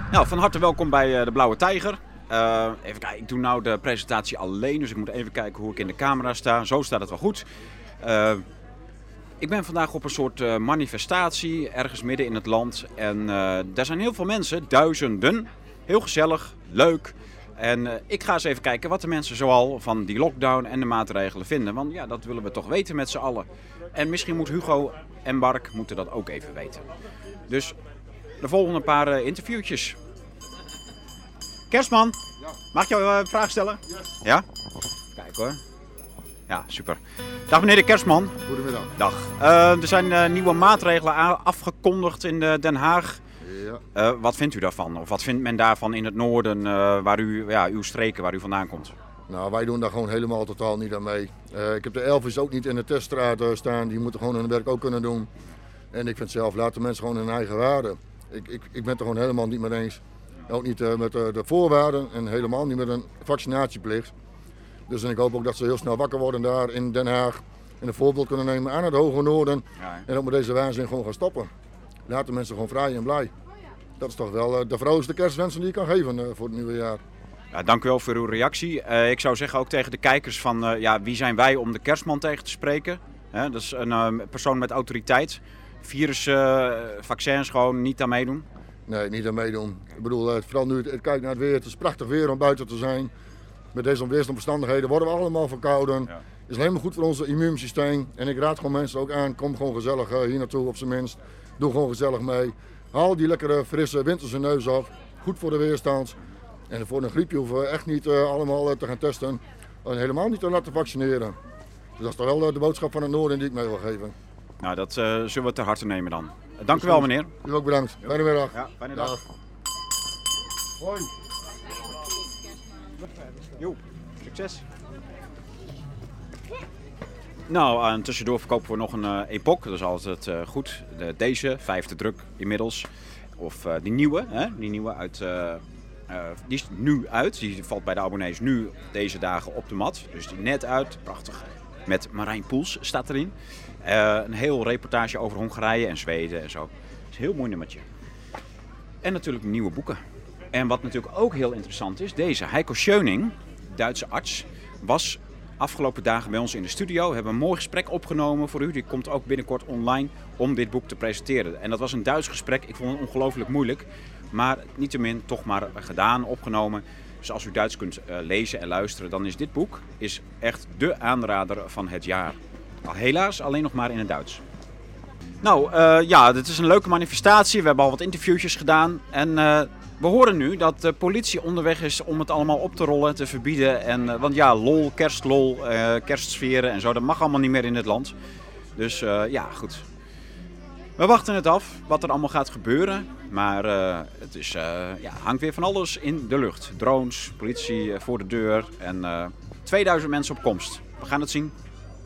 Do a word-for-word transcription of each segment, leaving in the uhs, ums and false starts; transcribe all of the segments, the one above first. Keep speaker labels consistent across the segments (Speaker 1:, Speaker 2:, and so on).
Speaker 1: Nou, van harte welkom bij uh, de Blauwe Tijger. Uh, even kijken, ik doe nou de presentatie alleen, dus ik moet even kijken hoe ik in de camera sta. Zo staat het wel goed. Uh, ik ben vandaag op een soort uh, manifestatie, ergens midden in het land. En uh, daar zijn heel veel mensen, duizenden. Heel gezellig, leuk. En uh, ik ga eens even kijken wat de mensen zoal van die lockdown en de maatregelen vinden. Want ja, dat willen we toch weten met z'n allen. En misschien moet Hugo en Mark moeten dat ook even weten. Dus er volgen een paar uh, interviewtjes. Kerstman, ja. Mag ik jou uh, een vraag stellen? Yes. Ja? Kijk hoor. Ja, super. Dag meneer de Kerstman.
Speaker 2: Goedemiddag.
Speaker 1: Dag. Uh, er zijn uh, nieuwe maatregelen afgekondigd in uh, Den Haag. Ja. Uh, wat vindt u daarvan? Of wat vindt men daarvan in het noorden, uh, waar u, ja, uw streken, waar u vandaan komt?
Speaker 2: Nou, wij doen daar gewoon helemaal totaal niet aan mee. Uh, ik heb de Elvis ook niet in de teststraat uh, staan. Die moeten gewoon hun werk ook kunnen doen. En ik vind zelf, laat de mensen gewoon hun eigen waarde. Ik, ik, ik ben het er gewoon helemaal niet mee eens. Ook niet uh, met uh, de voorwaarden en helemaal niet met een vaccinatieplicht. Dus en ik hoop ook dat ze heel snel wakker worden daar in Den Haag. En een voorbeeld kunnen nemen aan het Hoge Noorden. Ja. En ook met deze waanzin gewoon gaan stoppen. Laat de mensen gewoon vrij en blij. Dat is toch wel uh, de vrolijkste kerstwensen die ik kan geven uh, voor het nieuwe jaar.
Speaker 1: Ja, dank u wel voor uw reactie. Uh, ik zou zeggen ook tegen de kijkers van uh, ja, wie zijn wij om de Kerstman tegen te spreken. He, dat is een uh, persoon met autoriteit. Virus, uh, vaccins gewoon niet aan meedoen.
Speaker 2: Nee, niet aan meedoen. Ik bedoel, uh, vooral nu het kijkt naar het weer. Het is prachtig weer om buiten te zijn. Met deze onweersomstandigheden worden we allemaal verkouden. Ja. Het is helemaal goed voor ons immuunsysteem. En ik raad gewoon mensen ook aan, kom gewoon gezellig uh, hier naartoe op zijn minst. Doe gewoon gezellig mee. Haal die lekkere, frisse winterse neus af. Goed voor de weerstand. En voor een griepje hoeven we echt niet uh, allemaal uh, te gaan testen. En helemaal niet te laten vaccineren. Dus dat is toch wel uh, de boodschap van het noorden die ik mee wil geven.
Speaker 1: Nou, dat uh, zullen we ter harte nemen dan. Uh, dank u wel, meneer.
Speaker 2: U ook bedankt. Jo. Fijne middag.
Speaker 1: Ja, fijne dag. dag. Hoi. Jo, succes. Nou, en tussendoor verkopen we nog een uh, Epoch. Dat is altijd uh, goed. De, deze, vijfde druk inmiddels. Of uh, die nieuwe, hè? Die nieuwe uit... Uh, Uh, die is nu uit, die valt bij de abonnees nu deze dagen op de mat. Dus die net uit, prachtig. Met Marijn Poels staat erin. Uh, een heel reportage over Hongarije en Zweden en zo. Het is een heel mooi nummertje. En natuurlijk nieuwe boeken. En wat natuurlijk ook heel interessant is, deze Heiko Schöning, Duitse arts, was afgelopen dagen bij ons in de studio. We hebben een mooi gesprek opgenomen voor u. Die komt ook binnenkort online om dit boek te presenteren. En dat was een Duits gesprek. Ik vond het ongelooflijk moeilijk. Maar niettemin toch maar gedaan, opgenomen. Dus als u Duits kunt uh, lezen en luisteren, dan is dit boek is echt de aanrader van het jaar. Al helaas alleen nog maar in het Duits. Nou uh, ja, dit is een leuke manifestatie. We hebben al wat interviewtjes gedaan. En uh, we horen nu dat de politie onderweg is om het allemaal op te rollen, te verbieden. En, uh, want ja, lol, kerstlol, uh, kerstsferen en zo, dat mag allemaal niet meer in het land. Dus uh, ja, goed. We wachten het af wat er allemaal gaat gebeuren. Maar uh, het is, uh, ja, hangt weer van alles in de lucht. Drones, politie uh, voor de deur en uh, tweeduizend mensen op komst. We gaan het zien.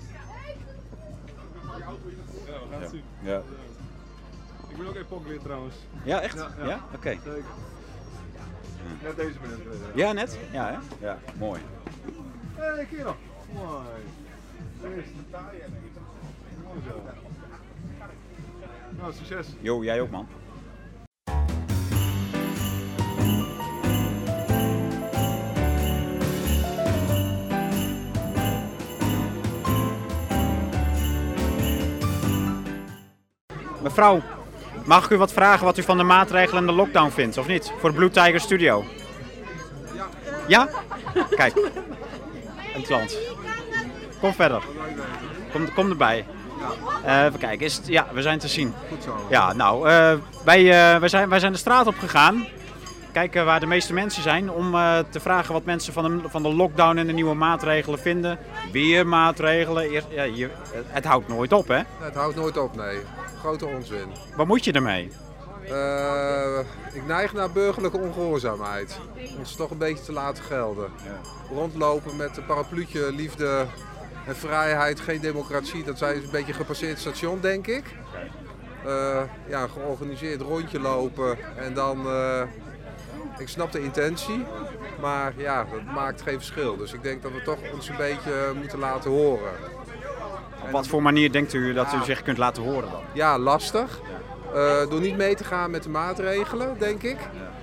Speaker 3: Ja, we gaan het zien.
Speaker 1: Ja. Ja.
Speaker 3: Ik ben ook Epoch weer trouwens.
Speaker 1: Ja, echt? Ja?
Speaker 3: ja.
Speaker 1: ja? Oké. Okay.
Speaker 3: Zeker. Net deze minuut.
Speaker 1: Ja, net? Ja, hè? Ja, mooi.
Speaker 3: Hé, hey, kerel. Mooi. Eerst. Mooi zo. Nou, succes.
Speaker 1: Jo, jij ook, man. Mevrouw, mag ik u wat vragen wat u van de maatregelen en de lockdown vindt, of niet? Voor de Blue Tiger Studio.
Speaker 3: Ja.
Speaker 1: Ja? Kijk. Een klant. Kom verder. Kom, kom erbij. Uh, even kijken, is het, ja, we zijn te zien.
Speaker 3: Goed zo.
Speaker 1: Ja, nou, uh, wij, uh, wij, zijn, wij zijn de straat op gegaan. Kijken waar de meeste mensen zijn om uh, te vragen wat mensen van de, van de lockdown en de nieuwe maatregelen vinden. Weer maatregelen. Eerst, ja, je, het houdt nooit op, hè?
Speaker 4: Nee, het houdt nooit op, nee. Grote onzin.
Speaker 1: Wat moet je ermee?
Speaker 4: Uh, ik neig naar burgerlijke ongehoorzaamheid. Om ze toch een beetje te laten gelden. Ja. Rondlopen met een parapluutje, liefde en vrijheid, geen democratie. Dat zijn een beetje een gepasseerd station, denk ik. Uh, ja, een georganiseerd rondje lopen en dan... Uh, ik snap de intentie, maar ja, dat maakt geen verschil. Dus ik denk dat we toch ons een beetje moeten laten horen.
Speaker 1: Op wat voor manier denkt u dat u zich kunt laten horen dan?
Speaker 4: Ja, lastig. Uh, door niet mee te gaan met de maatregelen, denk ik.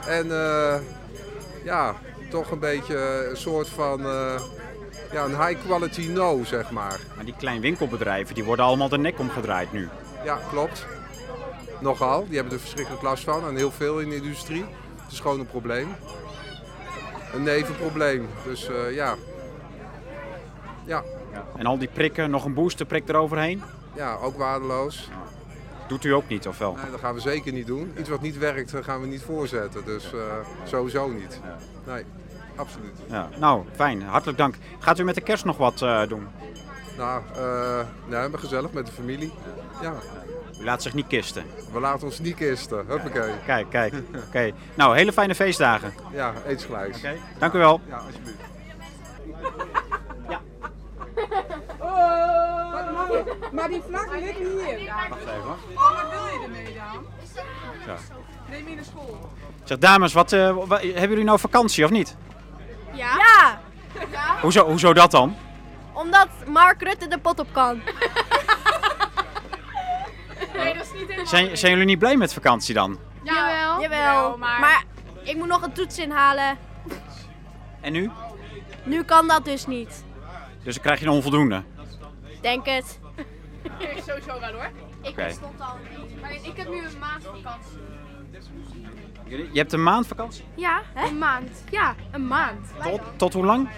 Speaker 4: En uh, ja, toch een beetje een soort van uh, ja, een high quality no, zeg maar.
Speaker 1: Maar die klein winkelbedrijven, die worden allemaal de nek omgedraaid nu.
Speaker 4: Ja, klopt. Nogal. Die hebben er verschrikkelijk last van. En heel veel in de industrie. Het is gewoon een probleem. Een nevenprobleem. Dus uh, ja. ja.
Speaker 1: Ja. En al die prikken, nog een boosterprik eroverheen?
Speaker 4: Ja, ook waardeloos.
Speaker 1: Doet u ook niet, of wel?
Speaker 4: Nee, dat gaan we zeker niet doen. Iets wat niet werkt, gaan we niet voorzetten. Dus uh, sowieso niet. Nee, absoluut.
Speaker 1: Ja. Nou, fijn. Hartelijk dank. Gaat u met de kerst nog wat uh, doen?
Speaker 4: Nou, uh, nee, maar gezellig met de familie. Ja.
Speaker 1: U laat zich niet kisten?
Speaker 4: We laten ons niet kisten. Huppakee.
Speaker 1: Kijk, kijk. Oké. Okay. Nou, hele fijne feestdagen.
Speaker 4: Ja, eet gelijks.
Speaker 1: Oké. Okay. Dank u wel.
Speaker 4: Ja, alsjeblieft.
Speaker 1: Ja.
Speaker 5: Oh, maar die vlag ligt hier.
Speaker 1: Wacht even.
Speaker 5: Oh, wat wil je ermee dan?
Speaker 1: Zo.
Speaker 5: Neem je naar school.
Speaker 1: Zeg, dames, wat, uh, wat, hebben jullie nou vakantie of niet?
Speaker 6: Ja. Ja.
Speaker 1: Ja. Hoezo, hoezo dat dan?
Speaker 6: Omdat Mark Rutte de pot op kan.
Speaker 5: Nee, dat is niet helemaal.
Speaker 1: Zijn, zijn jullie niet blij met vakantie dan?
Speaker 6: Ja, jawel. Jawel, maar... maar ik moet nog een toets inhalen.
Speaker 1: En nu?
Speaker 6: Nu kan dat dus niet.
Speaker 1: Dus dan krijg je een onvoldoende?
Speaker 6: Denk het.
Speaker 5: Ik sowieso wel hoor.
Speaker 6: Ik
Speaker 1: okay.
Speaker 6: stond al niet.
Speaker 5: Maar ik heb nu een maand vakantie.
Speaker 1: Je hebt een maand vakantie?
Speaker 5: Ja, Hè? een maand. Ja, een maand.
Speaker 1: Tot, tot hoe lang?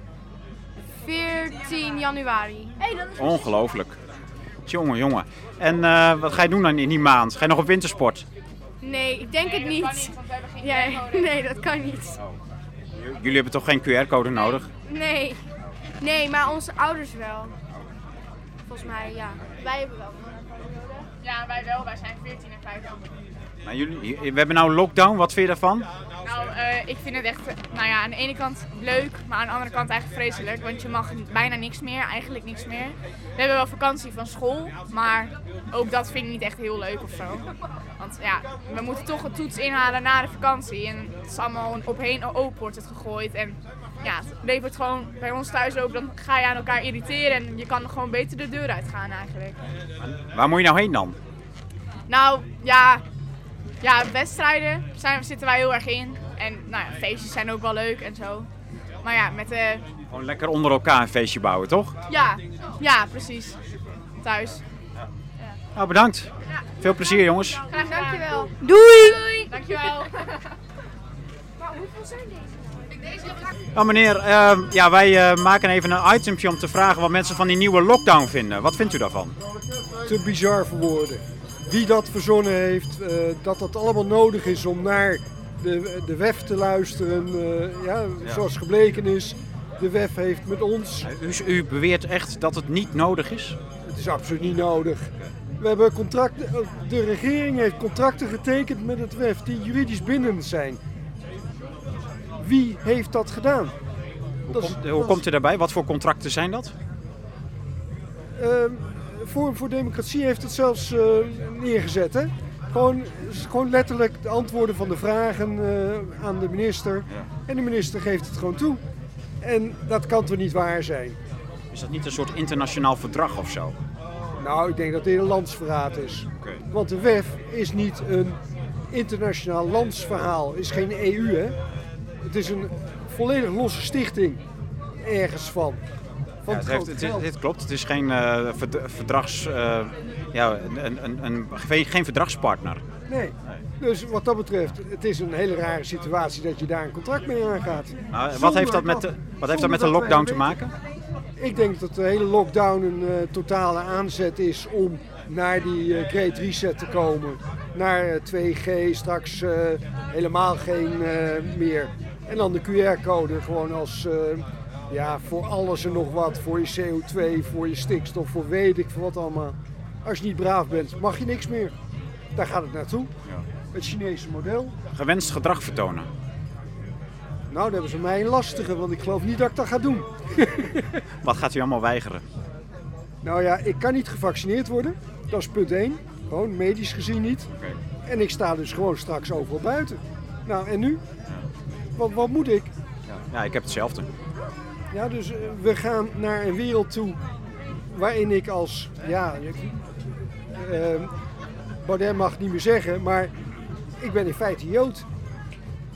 Speaker 5: veertien januari.
Speaker 6: Hey, dat is
Speaker 1: ongelooflijk. Jongen, jongen. En uh, wat ga je doen dan in die maand? Ga je nog op wintersport?
Speaker 5: Nee, ik denk
Speaker 6: nee,
Speaker 5: het niet.
Speaker 6: Dat kan niet, want we hebben geen
Speaker 5: ja,
Speaker 6: Q R-code.
Speaker 5: Nee, dat kan niet.
Speaker 1: Oh. Jullie hebben toch geen Q R-code nodig?
Speaker 5: Nee. Nee, maar onze ouders wel. Volgens mij, ja.
Speaker 6: Wij hebben wel.
Speaker 5: Ja, wij wel. Wij zijn veertien en vijftien.
Speaker 1: Maar jullie, we hebben nou lockdown. Wat vind je daarvan?
Speaker 5: Nou, uh, ik vind het echt, nou ja, aan de ene kant leuk, maar aan de andere kant eigenlijk vreselijk. Want je mag bijna niks meer, eigenlijk niks meer. We hebben wel vakantie van school, maar ook dat vind ik niet echt heel leuk of zo. Want ja, we moeten toch een toets inhalen na de vakantie. En het is allemaal opheen open wordt het gegooid. En ja, het levert gewoon bij ons thuis ook, dan ga je aan elkaar irriteren en je kan gewoon beter de deur uitgaan eigenlijk.
Speaker 1: Waar moet je nou heen dan?
Speaker 5: Nou, ja... Ja, wedstrijden zijn, zitten wij heel erg in. En nou ja, feestjes zijn ook wel leuk en zo. Maar ja, met de...
Speaker 1: Gewoon lekker onder elkaar een feestje bouwen, toch?
Speaker 5: Ja, ja precies. Thuis.
Speaker 1: Ja. Ja. Nou, bedankt. Ja. Veel plezier, jongens.
Speaker 5: Graag gedaan. Dankjewel.
Speaker 6: Doei!
Speaker 5: Doei. Dankjewel. Maar hoeveel zijn deze? Deze
Speaker 1: nou meneer, uh, ja, wij uh, maken even een itempje om te vragen wat mensen van die nieuwe lockdown vinden. Wat vindt u daarvan?
Speaker 7: Te bizar voor woorden. Wie dat verzonnen heeft, uh, dat dat allemaal nodig is om naar de, de W E F te luisteren. Uh, ja, ja. Zoals gebleken is, de W E F heeft met ons...
Speaker 1: U, u beweert echt dat het niet nodig is?
Speaker 7: Het is absoluut niet nodig. We hebben contracten, de regering heeft contracten getekend met het W E F die juridisch bindend zijn. Wie heeft dat gedaan?
Speaker 1: Hoe,
Speaker 7: dat
Speaker 1: komt,
Speaker 7: is,
Speaker 1: hoe
Speaker 7: dat
Speaker 1: komt u daarbij? Wat voor contracten zijn dat?
Speaker 7: Uh, Forum voor Democratie heeft het zelfs uh, neergezet. Hè? Gewoon, gewoon letterlijk de antwoorden van de vragen uh, aan de minister. Ja. En de minister geeft het gewoon toe. En dat kan toch niet waar zijn?
Speaker 1: Is dat niet een soort internationaal verdrag of zo?
Speaker 7: Nou, ik denk dat dit een landsverraad is.
Speaker 1: Okay.
Speaker 7: Want de W E F is niet een internationaal landsverhaal. Het is geen E U, hè? Het is een volledig losse stichting ergens van.
Speaker 1: Ja, het heeft, het, het, het klopt, het is geen, uh, verdrags, uh, ja, een, een, een, geen, geen verdragspartner.
Speaker 7: Nee. nee, dus wat dat betreft, het is een hele rare situatie dat je daar een contract mee aangaat.
Speaker 1: Nou, wat heeft dat met de, wat heeft dat met de lockdown te maken?
Speaker 7: Ik denk dat de hele lockdown een uh, totale aanzet is om naar die uh, Great Reset te komen. Naar uh, twee G, straks uh, helemaal geen uh, meer. En dan de Q R-code gewoon als... Uh, Ja, voor alles en nog wat. Voor je C O twee, voor je stikstof, voor weet ik voor wat allemaal. Als je niet braaf bent, mag je niks meer. Daar gaat het naartoe. Ja. Het Chinese model.
Speaker 1: Gewenst gedrag vertonen.
Speaker 7: Nou, dat hebben ze mij een lastige, want ik geloof niet dat ik dat ga doen.
Speaker 1: Wat gaat u allemaal weigeren?
Speaker 7: Nou ja, ik kan niet gevaccineerd worden. Dat is punt één. Gewoon medisch gezien niet.
Speaker 1: Okay.
Speaker 7: En ik sta dus gewoon straks overal buiten. Nou, en nu? Ja. Wat, wat moet ik?
Speaker 1: Ja. ja, ik heb hetzelfde.
Speaker 7: Ja, dus we gaan naar een wereld toe waarin ik als, ja, uh, Baudet mag het niet meer zeggen, maar ik ben in feite Jood.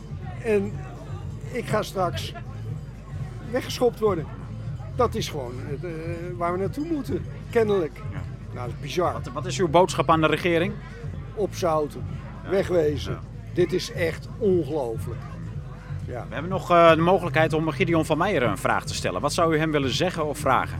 Speaker 7: En ik ga straks weggeschopt worden. Dat is gewoon uh, waar we naartoe moeten, kennelijk.
Speaker 1: Ja.
Speaker 7: Nou, dat is bizar.
Speaker 1: Wat, wat is uw boodschap aan de regering?
Speaker 7: Opzouten,
Speaker 1: Ja.
Speaker 7: wegwezen.
Speaker 1: Ja.
Speaker 7: Dit is echt ongelooflijk. Ja.
Speaker 1: We hebben nog uh, de mogelijkheid om Gideon van Meijer een vraag te stellen. Wat zou u hem willen zeggen of vragen?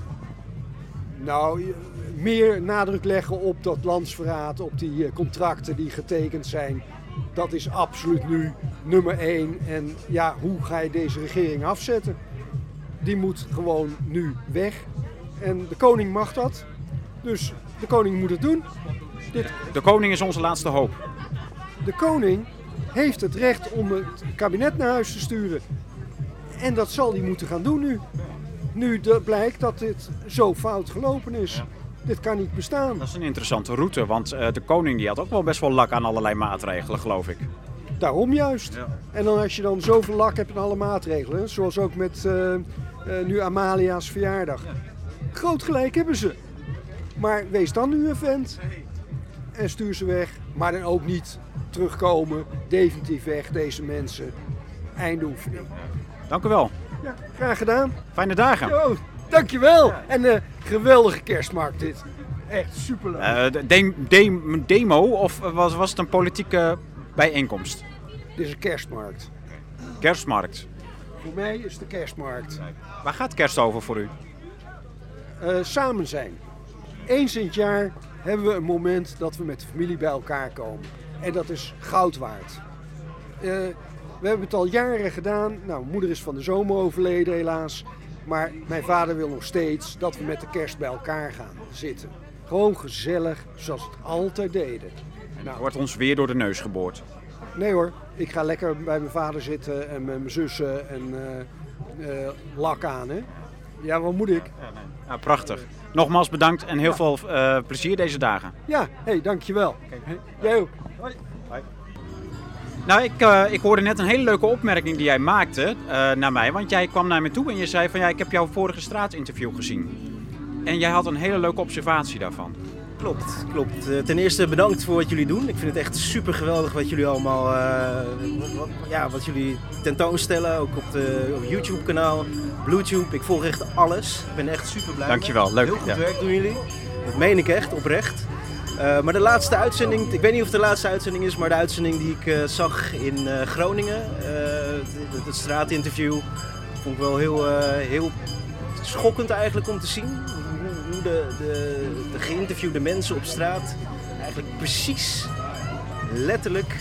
Speaker 7: Nou, meer nadruk leggen op dat landsverraad, op die uh, contracten die getekend zijn. Dat is absoluut nu nummer één. En ja, hoe ga je deze regering afzetten? Die moet gewoon nu weg. En de koning mag dat. Dus de koning moet het doen. Dit...
Speaker 1: De koning is onze laatste hoop.
Speaker 7: De koning heeft het recht om het kabinet naar huis te sturen. En dat zal hij moeten gaan doen nu. Nu de, blijkt dat dit zo fout gelopen is. Ja. Dit kan niet bestaan.
Speaker 1: Dat is een interessante route, want uh, de koning die had ook wel best wel lak aan allerlei maatregelen, geloof ik.
Speaker 7: Daarom juist.
Speaker 1: Ja.
Speaker 7: En dan als je dan zoveel lak hebt aan alle maatregelen, zoals ook met uh, uh, nu Amalia's verjaardag. Ja. Groot gelijk hebben ze. Maar wees dan nu een vent en stuur ze weg. Maar dan ook niet terugkomen, definitief weg, deze mensen. Einde oefening.
Speaker 1: Dank u wel.
Speaker 7: Ja, graag gedaan.
Speaker 1: Fijne dagen.
Speaker 7: Yo, dankjewel. Ja. En een uh, geweldige kerstmarkt dit. Echt superleuk.
Speaker 1: Uh, de, de, de, demo of was, was het een politieke bijeenkomst?
Speaker 7: Dit is een kerstmarkt.
Speaker 1: Kerstmarkt.
Speaker 7: Voor mij is de kerstmarkt.
Speaker 1: Waar gaat kerst over voor u?
Speaker 7: Uh, samen zijn. Eens in het jaar hebben we een moment dat we met de familie bij elkaar komen. En dat is goud waard. Uh, we hebben het al jaren gedaan. Nou, mijn moeder is van de zomer overleden helaas. Maar mijn vader wil nog steeds dat we met de kerst bij elkaar gaan zitten. Gewoon gezellig, zoals we het altijd deden.
Speaker 1: Nou, wordt ons weer door de neus geboord.
Speaker 7: Nee hoor, ik ga lekker bij mijn vader zitten en met mijn zussen en uh, uh, lak aan, hè. Ja, wat moet ik?
Speaker 1: Ja, nee. Ja, prachtig. Nogmaals bedankt en heel ja. veel uh, plezier deze dagen.
Speaker 7: Ja, hey, dankjewel. Okay. Jij ook. Hoi.
Speaker 1: Hoi. Nou, ik, uh, ik hoorde net een hele leuke opmerking die jij maakte uh, naar mij. Want jij kwam naar me toe en je zei van ja, ik heb jouw vorige straatinterview gezien. En jij had een hele leuke observatie daarvan.
Speaker 8: Klopt, klopt. Uh, ten eerste bedankt voor wat jullie doen. Ik vind het echt super geweldig wat jullie allemaal, uh, wat, ja, wat jullie tentoonstellen. Ook op de op YouTube kanaal, Bluetooth. Ik volg echt alles. Ik ben echt super blij.
Speaker 1: Dankjewel,
Speaker 8: mee.
Speaker 1: leuk.
Speaker 8: Heel goed
Speaker 1: ja.
Speaker 8: werk doen jullie. Dat meen ik echt, oprecht. Uh, maar de laatste uitzending, ik weet niet of het de laatste uitzending is, maar de uitzending die ik uh, zag in uh, Groningen, uh, het, het straatinterview, vond ik wel heel, uh, heel schokkend eigenlijk om te zien. Hoe de, de, de geïnterviewde mensen op straat eigenlijk precies letterlijk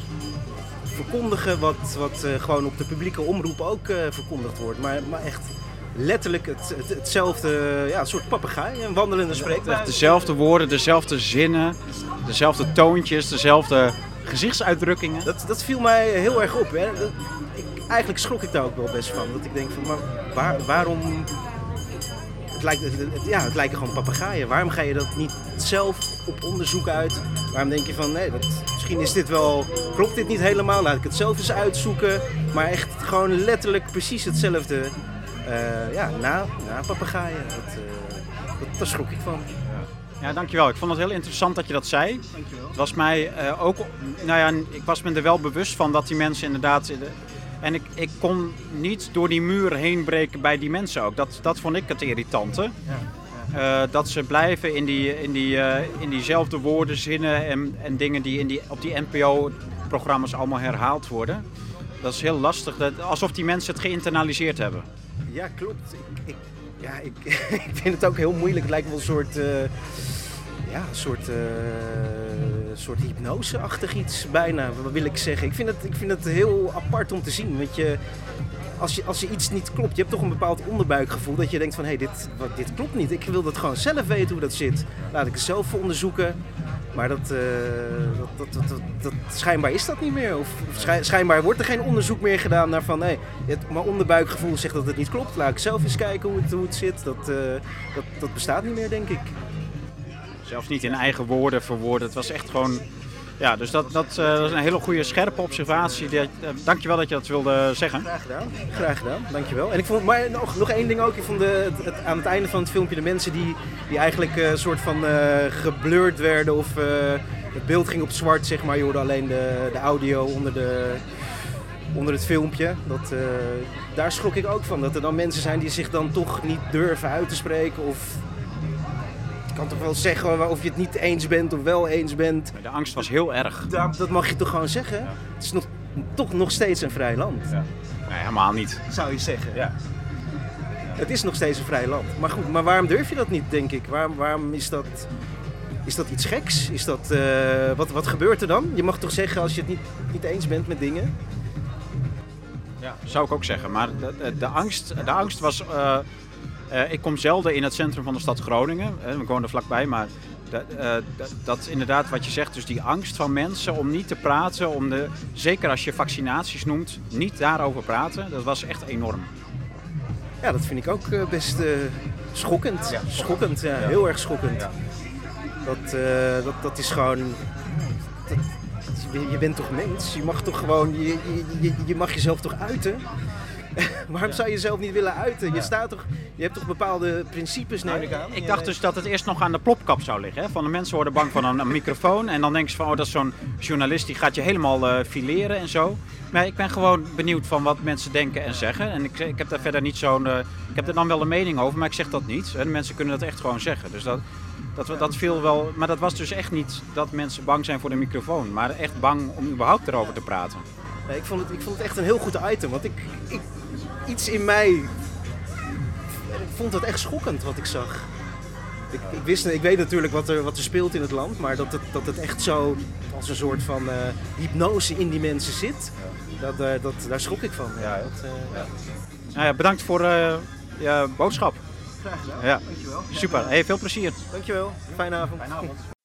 Speaker 8: verkondigen wat, wat uh, gewoon op de publieke omroep ook uh, verkondigd wordt. Maar, maar echt letterlijk het, het, hetzelfde, ja, een soort papegaai, een wandelende spreekbuis.
Speaker 1: Dezelfde woorden, dezelfde zinnen, dezelfde toontjes, dezelfde gezichtsuitdrukkingen.
Speaker 8: Dat, dat viel mij heel erg op. Hè. Dat, ik, eigenlijk schrok ik daar ook wel best van. Dat ik denk van, maar waar, waarom... Het, lijkt, het, het, ja, het lijken gewoon papegaaien. Waarom ga je dat niet zelf op onderzoek uit? Waarom denk je van, nee, dat, misschien is dit wel, klopt dit niet helemaal? Laat ik het zelf eens uitzoeken. Maar echt gewoon letterlijk precies hetzelfde. Uh, ja, na, na papegaaien. Dat, uh, dat, daar schrok ik van.
Speaker 1: Ja, dankjewel. Ik vond het heel interessant dat je dat zei.
Speaker 8: Dankjewel. Het
Speaker 1: was mij uh, ook, nou ja, ik was me er wel bewust van dat die mensen inderdaad... En ik, ik kon niet door die muur heen breken bij die mensen ook. Dat, dat vond ik het irritante. Ja, ja. Uh, dat ze blijven in, die, in, die, uh, in diezelfde woorden, zinnen en, en dingen die, in die op die N P O-programma's allemaal herhaald worden. Dat is heel lastig. Dat, alsof die mensen het geïnternaliseerd hebben.
Speaker 8: Ja, klopt. Ik, ik, ja, ik, ik vind het ook heel moeilijk. Het lijkt wel een soort... Uh... Ja, een soort, uh, soort hypnose-achtig iets bijna, wat wil ik zeggen. Ik vind het, ik vind het heel apart om te zien. Want je, als, je, als je iets niet klopt, je hebt toch een bepaald onderbuikgevoel dat je denkt van hé, hey, dit, wat, dit klopt niet. Ik wil dat gewoon zelf weten hoe dat zit. Laat ik het zelf onderzoeken. Maar dat, uh, dat, dat, dat, dat, dat, schijnbaar is dat niet meer. Of, of schijn, schijnbaar wordt er geen onderzoek meer gedaan naar van hé, hey, mijn onderbuikgevoel zegt dat het niet klopt. Laat ik zelf eens kijken hoe het, hoe het zit. Dat, uh, dat, dat bestaat niet meer, denk ik.
Speaker 1: Zelfs niet in eigen woorden verwoorden. Het was echt gewoon... Ja, dus dat, dat, uh, dat is een hele goede, scherpe observatie. Uh, dankjewel dat je dat wilde zeggen.
Speaker 8: Graag gedaan. Graag gedaan. Dankjewel. En ik vond, maar nog, nog één ding ook. Ik vond de, het, het, aan het einde van het filmpje de mensen die, die eigenlijk een uh, soort van uh, geblurred werden. Of uh, het beeld ging op zwart, zeg maar. Je hoorde alleen de, de audio onder de... onder het filmpje. Dat, uh, daar schrok ik ook van. Dat er dan mensen zijn die zich dan toch niet durven uit te spreken. Of je kan toch wel zeggen of je het niet eens bent of wel eens bent.
Speaker 1: De angst was heel erg.
Speaker 8: Dat, dat mag je toch gewoon zeggen? Ja. Het is nog, toch nog steeds een vrij land.
Speaker 1: Ja. Nee, helemaal niet.
Speaker 8: Zou je zeggen.
Speaker 1: Ja.
Speaker 8: Het is nog steeds een vrij land. Maar goed, maar waarom durf je dat niet, denk ik? Waarom, waarom is dat... Is dat iets geks? Is dat, uh, wat, wat gebeurt er dan? Je mag toch zeggen als je het niet, niet eens bent met dingen?
Speaker 1: Ja, zou ik ook zeggen. Maar de, de, de, angst, de angst was... Uh, uh, ik kom zelden in het centrum van de stad Groningen. Uh, we wonen er vlakbij, maar... De, uh, de, dat is inderdaad wat je zegt. Dus die angst van mensen om niet te praten. Om de, zeker als je vaccinaties noemt, niet daarover praten. Dat was echt enorm.
Speaker 8: Ja, dat vind ik ook uh, best uh, schokkend. Ja, schokkend, ja, ja. Heel erg schokkend. Ja. Dat, uh, dat, dat is gewoon... Dat, je bent toch mens? Je mag toch gewoon... Je, je, je mag jezelf toch uiten? Waarom zou je jezelf niet willen uiten? Je, staat toch, je hebt toch bepaalde principes, neem ik aan?
Speaker 1: Ik dacht dus dat het eerst nog aan de plopkap zou liggen. Hè? Van de mensen worden bang van een, een microfoon. En dan denken ze van, oh, dat is zo'n journalist die gaat je helemaal uh, fileren en zo. Maar ik ben gewoon benieuwd van wat mensen denken en zeggen. En ik, ik heb daar verder niet zo'n... Uh, ik heb er dan wel een mening over, maar ik zeg dat niet. En mensen kunnen dat echt gewoon zeggen. Dus dat... Dat, dat viel wel, maar dat was dus echt niet dat mensen bang zijn voor de microfoon, maar echt bang om überhaupt erover te praten.
Speaker 8: Nee, ik, vond het, ik vond het echt een heel goed item, want ik, ik, iets in mij ik vond het echt schokkend wat ik zag. Ik, ik, wist, ik weet natuurlijk wat er, wat er speelt in het land, maar dat het, dat het echt zo als een soort van uh, hypnose in die mensen zit, dat, uh, dat, daar schrok ik van. Ja, dat, uh, ja.
Speaker 1: Nou ja, bedankt voor uh, je boodschap.
Speaker 8: Graag gedaan,
Speaker 1: ja.
Speaker 8: Dankjewel.
Speaker 1: Super, hey, veel plezier.
Speaker 8: Dankjewel, fijne avond.
Speaker 1: Fijne avond.